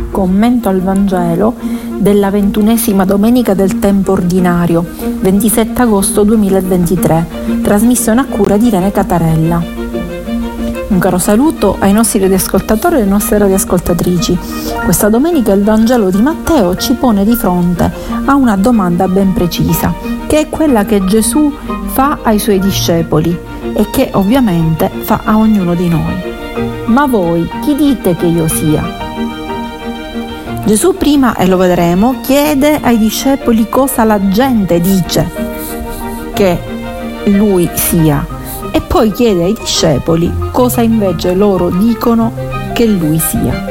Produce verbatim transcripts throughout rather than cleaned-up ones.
commento al Vangelo della ventunesima domenica del tempo ordinario, ventisette agosto duemilaventitré, trasmissione a cura di Irene Catarella. Un caro saluto ai nostri radioascoltatori e alle nostre radioascoltatrici. Questa domenica il Vangelo di Matteo ci pone di fronte a una domanda ben precisa, che è quella che Gesù fa ai suoi discepoli e che ovviamente fa a ognuno di noi. Ma voi chi dite che io sia? Gesù prima, e lo vedremo, chiede ai discepoli cosa la gente dice che lui sia e poi chiede ai discepoli cosa invece loro dicono che lui sia.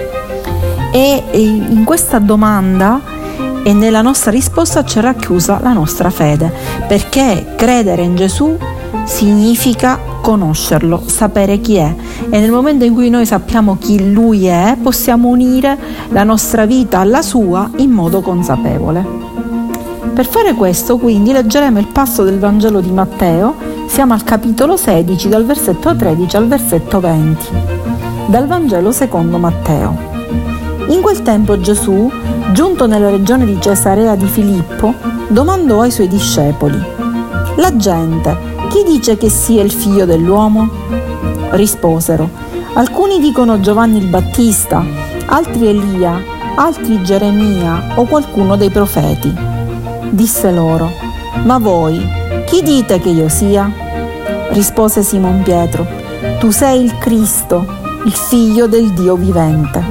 E in questa domanda e nella nostra risposta c'è racchiusa la nostra fede, perché credere in Gesù significa conoscerlo, sapere chi è, e nel momento in cui noi sappiamo chi lui è possiamo unire la nostra vita alla sua in modo consapevole. Per fare questo quindi leggeremo il passo del Vangelo di Matteo. Siamo al capitolo sedici, dal versetto tredici al versetto venti, dal Vangelo secondo Matteo. In quel tempo Gesù, giunto nella regione di Cesarea di Filippo, domandò ai suoi discepoli: la gente chi dice che sia il figlio dell'uomo? Risposero: alcuni dicono Giovanni il Battista, altri Elia, altri Geremia o qualcuno dei profeti. Disse loro: ma voi chi dite che io sia? Rispose Simon Pietro: tu sei il Cristo, il figlio del Dio vivente.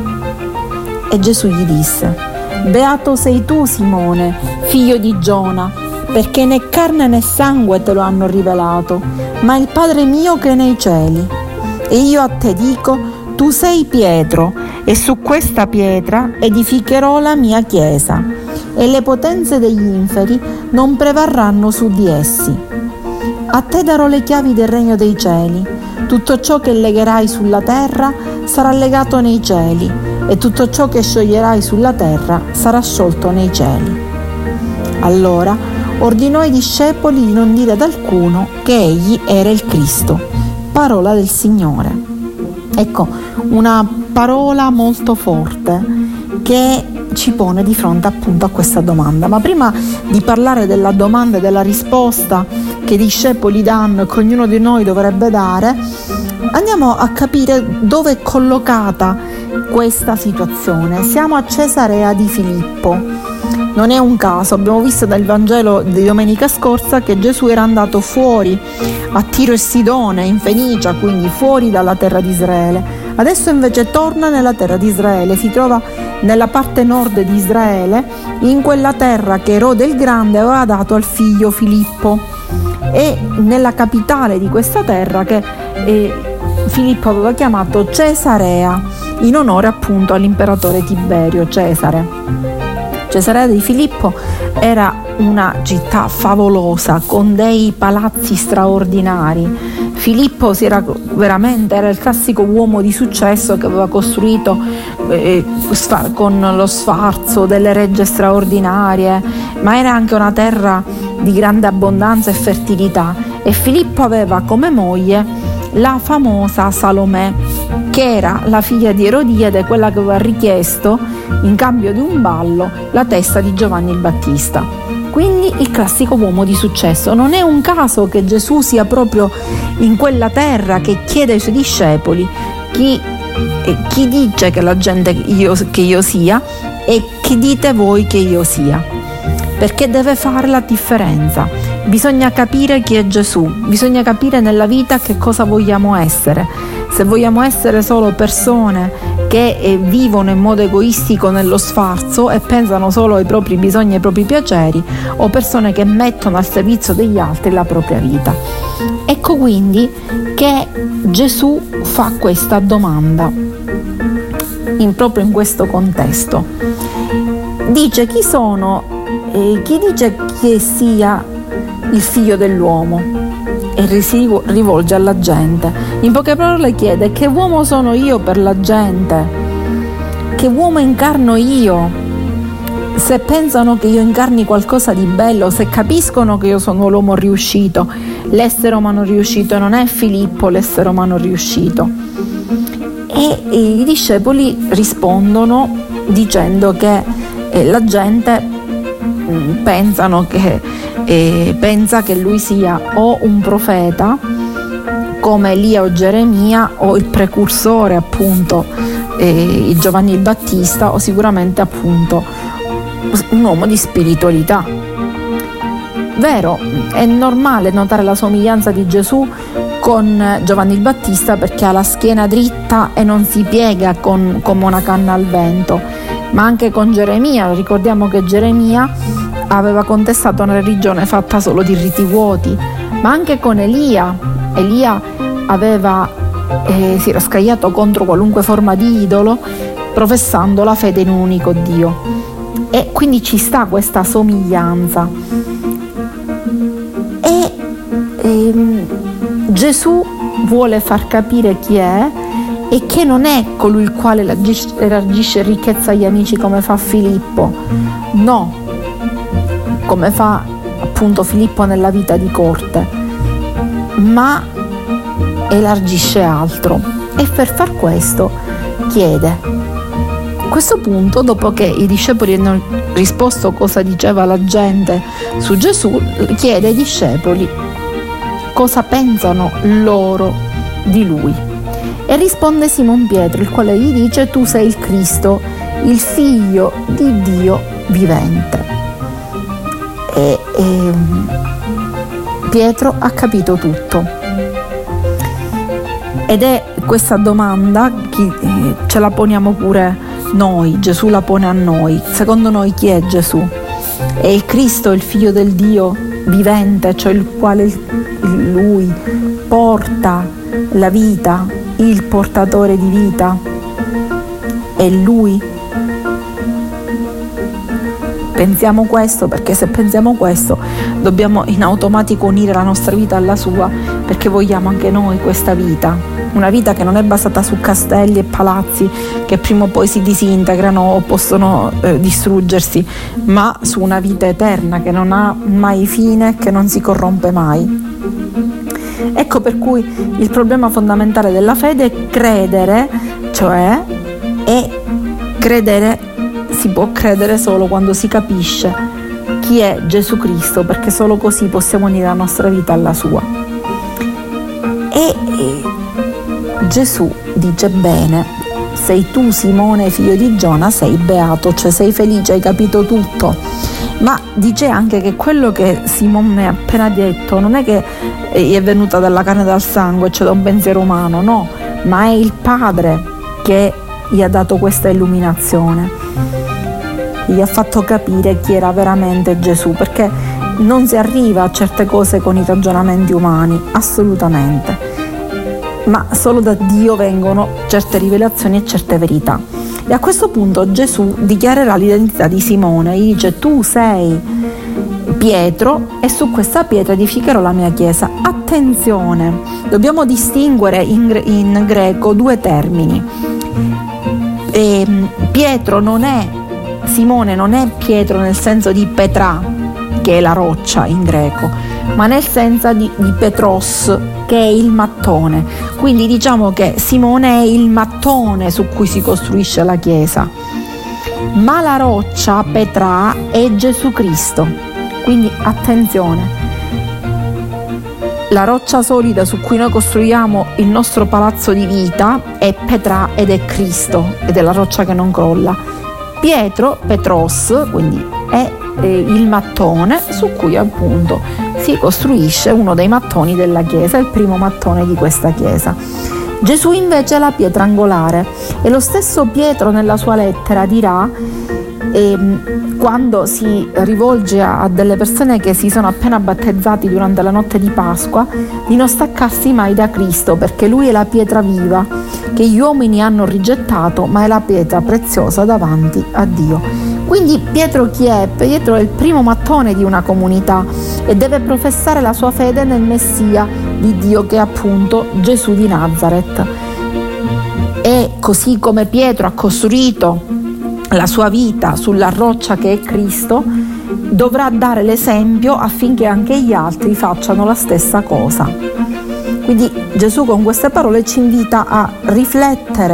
E Gesù gli disse: beato sei tu, Simone, figlio di Giona, perché né carne né sangue te lo hanno rivelato, ma il Padre mio che è nei cieli. E io a te dico, tu sei Pietro, e su questa pietra edificherò la mia chiesa, e le potenze degli inferi non prevarranno su di essi. A te darò le chiavi del regno dei cieli. Tutto ciò che legherai sulla terra sarà legato nei cieli, e tutto ciò che scioglierai sulla terra sarà sciolto nei cieli. Allora ordinò ai discepoli di non dire ad alcuno che egli era il Cristo. Parola del Signore. Ecco, una parola molto forte che ci pone di fronte appunto a questa domanda. Ma prima di parlare della domanda e della risposta che i discepoli danno e che ognuno di noi dovrebbe dare, andiamo a capire dove è collocata questa situazione. Siamo a Cesarea di Filippo. Non è un caso, abbiamo visto dal Vangelo di domenica scorsa che Gesù era andato fuori a Tiro e Sidone, in Fenicia, quindi fuori dalla terra di Israele. Adesso invece torna nella terra di Israele, si trova nella parte nord di Israele, in quella terra che Erode il Grande aveva dato al figlio Filippo, e nella capitale di questa terra che eh, Filippo aveva chiamato Cesarea, in onore appunto all'imperatore Tiberio Cesare. Cesarea di Filippo era una città favolosa con dei palazzi straordinari. Filippo si era veramente era il classico uomo di successo che aveva costruito eh, con lo sfarzo delle regge straordinarie, ma era anche una terra di grande abbondanza e fertilità. E Filippo aveva come moglie la famosa Salomè, che era la figlia di Erodiade, quella che aveva richiesto in cambio di un ballo la testa di Giovanni il Battista. Quindi il classico uomo di successo. Non è un caso che Gesù sia proprio in quella terra che chiede ai suoi discepoli chi, eh, chi dice che la gente io, che io sia e chi dite voi che io sia, perché deve fare la differenza. Bisogna capire chi è Gesù, bisogna capire nella vita che cosa vogliamo essere. Se vogliamo essere solo persone che eh, vivono in modo egoistico nello sfarzo e pensano solo ai propri bisogni e ai propri piaceri, o persone che mettono al servizio degli altri la propria vita. Ecco quindi che Gesù fa questa domanda in, proprio in questo contesto. Dice: chi sono, eh, chi dice che sia il figlio dell'uomo? E si rivolge alla gente. In poche parole chiede: che uomo sono io per la gente? Che uomo incarno io? Se pensano che io incarni qualcosa di bello, se capiscono che io sono l'uomo riuscito, l'essere umano riuscito, non è Filippo l'essere umano riuscito. E, e i discepoli rispondono dicendo che eh, la gente mh, pensano che, eh, pensa che lui sia o un profeta come Elia o Geremia, o il precursore appunto eh, Giovanni il Battista, o sicuramente appunto un uomo di spiritualità. Vero, è normale notare la somiglianza di Gesù con Giovanni il Battista perché ha la schiena dritta e non si piega con, come una canna al vento, ma anche con Geremia. Ricordiamo che Geremia aveva contestato una religione fatta solo di riti vuoti, ma anche con Elia. Elia aveva, eh, si era scagliato contro qualunque forma di idolo, professando la fede in un unico Dio. E quindi ci sta questa somiglianza. E ehm, Gesù vuole far capire chi è e che non è colui il quale elargisce ricchezza agli amici come fa Filippo, no, come fa appunto Filippo nella vita di corte, ma elargisce altro, e per far questo chiede. A questo punto, dopo che i discepoli hanno risposto cosa diceva la gente su Gesù, chiede ai discepoli cosa pensano loro di lui. E risponde Simon Pietro, il quale gli dice: tu sei il Cristo, il figlio di Dio vivente. E, e Pietro ha capito tutto. Ed è questa domanda che ce la poniamo pure noi, Gesù la pone a noi. Secondo noi chi è Gesù? È il Cristo, il figlio del Dio vivente, cioè il quale lui porta la vita, il portatore di vita? È lui? Pensiamo questo, perché se pensiamo questo dobbiamo in automatico unire la nostra vita alla sua, perché vogliamo anche noi questa vita, una vita che non è basata su castelli e palazzi che prima o poi si disintegrano o possono eh, distruggersi, ma su una vita eterna che non ha mai fine, che non si corrompe mai. Ecco per cui il problema fondamentale della fede è credere, cioè è credere. Si può credere solo quando si capisce chi è Gesù Cristo, perché solo così possiamo unire la nostra vita alla sua. E, e Gesù dice: bene, sei tu Simone figlio di Giona, sei beato, cioè sei felice, hai capito tutto. Ma dice anche che quello che Simone ha appena detto non è che gli è venuta dalla carne e dal sangue, cioè da un pensiero umano, no, ma è il Padre che gli ha dato questa illuminazione, gli ha fatto capire chi era veramente Gesù, perché non si arriva a certe cose con i ragionamenti umani, assolutamente, ma solo da Dio vengono certe rivelazioni e certe verità. E a questo punto Gesù dichiarerà l'identità di Simone, gli dice: tu sei Pietro e su questa pietra edificherò la mia chiesa. Attenzione, dobbiamo distinguere in, in greco due termini. E Pietro non è Simone non è Pietro nel senso di Petra, che è la roccia in greco, ma nel senso di, di Petros, che è il mattone. Quindi diciamo che Simone è il mattone su cui si costruisce la chiesa, ma la roccia, Petra, è Gesù Cristo. Quindi attenzione, la roccia solida su cui noi costruiamo il nostro palazzo di vita è Petra ed è Cristo, ed è la roccia che non crolla. Pietro, Petros, quindi è eh, il mattone su cui appunto si costruisce uno dei mattoni della chiesa, il primo mattone di questa chiesa. Gesù invece è la pietra angolare, e lo stesso Pietro nella sua lettera dirà, ehm, quando si rivolge a, a delle persone che si sono appena battezzati durante la notte di Pasqua, di non staccarsi mai da Cristo, perché lui è la pietra viva che gli uomini hanno rigettato, ma è la pietra preziosa davanti a Dio. Quindi Pietro chi è? Pietro è il primo mattone di una comunità e deve professare la sua fede nel Messia di Dio, che è appunto Gesù di Nazaret. E così come Pietro ha costruito la sua vita sulla roccia che è Cristo, dovrà dare l'esempio affinché anche gli altri facciano la stessa cosa. Quindi Gesù con queste parole ci invita a riflettere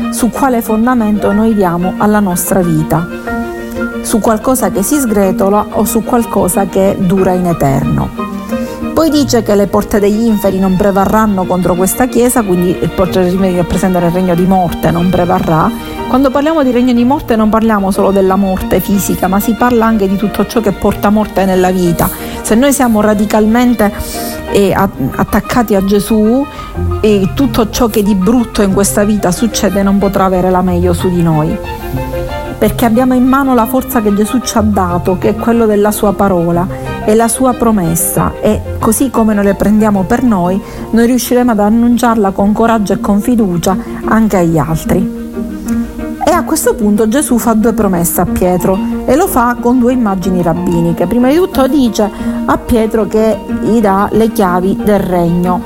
su quale fondamento noi diamo alla nostra vita, su qualcosa che si sgretola o su qualcosa che dura in eterno. Poi dice che le porte degli inferi non prevarranno contro questa Chiesa, quindi il porto degli inferi rappresenta il regno di morte, non prevarrà. Quando parliamo di regno di morte non parliamo solo della morte fisica, ma si parla anche di tutto ciò che porta morte nella vita. Se noi siamo radicalmente eh, attaccati a Gesù, e tutto ciò che di brutto in questa vita succede non potrà avere la meglio su di noi, perché abbiamo in mano la forza che Gesù ci ha dato, che è quello della sua parola e la sua promessa, e così come noi le prendiamo per noi, noi riusciremo ad annunciarla con coraggio e con fiducia anche agli altri. E a questo punto Gesù fa due promesse a Pietro e lo fa con due immagini rabbiniche. Prima di tutto dice a Pietro che gli dà le chiavi del regno,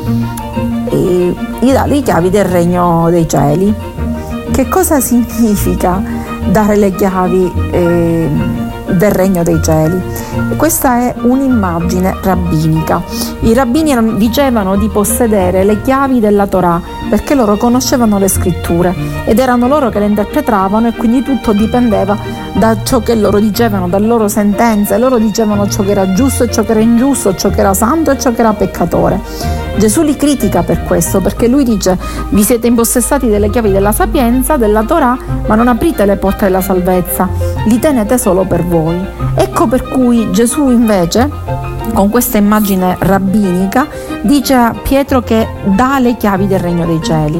e gli dà le chiavi del regno dei cieli. Che cosa significa dare le chiavi eh, del regno dei cieli? Questa è un'immagine rabbinica. I rabbini dicevano di possedere le chiavi della Torah perché loro conoscevano le scritture ed erano loro che le interpretavano, e quindi tutto dipendeva da ciò che loro dicevano, dalle loro sentenze. Loro dicevano ciò che era giusto e ciò che era ingiusto, ciò che era santo e ciò che era peccatore. Gesù li critica per questo, perché lui dice: vi siete impossessati delle chiavi della sapienza, della Torah, ma non aprite le porte della salvezza, li tenete solo per voi. Ecco per cui Gesù invece, con questa immagine rabbinica, dice a Pietro che dà le chiavi del regno dei cieli.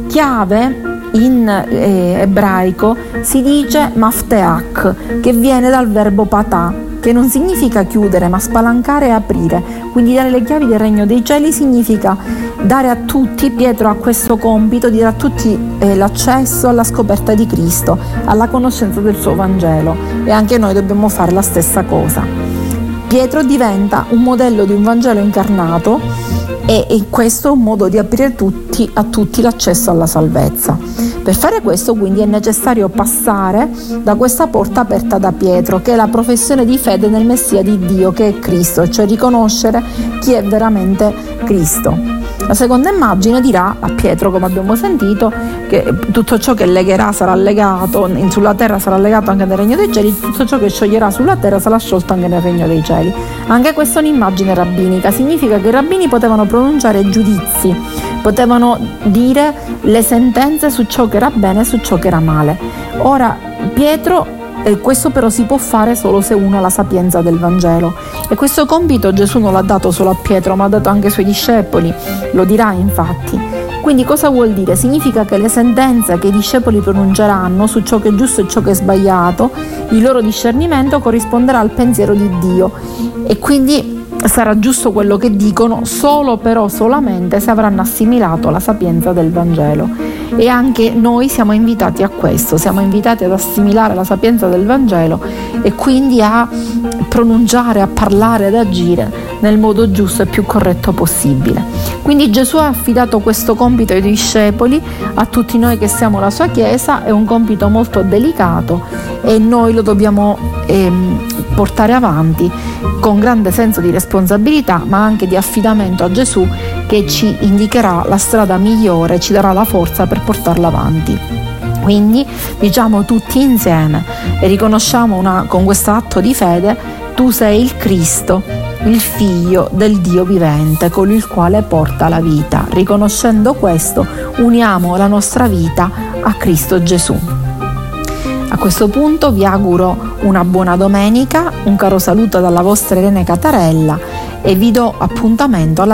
Chiave in eh, ebraico si dice mafteach, che viene dal verbo patà, che non significa chiudere ma spalancare e aprire. Quindi dare le chiavi del regno dei cieli significa dare a tutti, Pietro ha questo compito di dare a tutti eh, l'accesso alla scoperta di Cristo, alla conoscenza del suo Vangelo, e anche noi dobbiamo fare la stessa cosa. Pietro diventa un modello di un Vangelo incarnato, e, e questo è un modo di aprire tutti, a tutti l'accesso alla salvezza. Per fare questo quindi è necessario passare da questa porta aperta da Pietro, che è la professione di fede nel Messia di Dio, che è Cristo, cioè riconoscere chi è veramente Cristo. La seconda immagine dirà a Pietro, come abbiamo sentito, che tutto ciò che legherà sarà legato sulla terra, sarà legato anche nel regno dei cieli, tutto ciò che scioglierà sulla terra sarà sciolto anche nel regno dei cieli. Anche questa è un'immagine rabbinica, significa che i rabbini potevano pronunciare giudizi, potevano dire le sentenze su ciò che era bene e su ciò che era male. Ora Pietro, e questo però si può fare solo se uno ha la sapienza del Vangelo, e questo compito Gesù non l'ha dato solo a Pietro, ma ha dato anche ai suoi discepoli, lo dirà infatti. Quindi cosa vuol dire? Significa che le sentenze che i discepoli pronunceranno su ciò che è giusto e ciò che è sbagliato, il loro discernimento corrisponderà al pensiero di Dio, e quindi sarà giusto quello che dicono solo però solamente se avranno assimilato la sapienza del Vangelo. E anche noi siamo invitati a questo, siamo invitati ad assimilare la sapienza del Vangelo e quindi a pronunciare, a parlare, ad agire nel modo giusto e più corretto possibile. Quindi Gesù ha affidato questo compito ai discepoli, a tutti noi che siamo la sua Chiesa. È un compito molto delicato e noi lo dobbiamo ehm, portare avanti con grande senso di responsabilità, ma anche di affidamento a Gesù, che ci indicherà la strada migliore, ci darà la forza per portarla avanti. Quindi diciamo tutti insieme e riconosciamo una, con questo atto di fede: tu sei il Cristo, il Figlio del Dio vivente, colui il quale porta la vita. Riconoscendo questo, uniamo la nostra vita a Cristo Gesù. A questo punto vi auguro una buona domenica, un caro saluto dalla vostra Irene Catarella e vi do appuntamento alla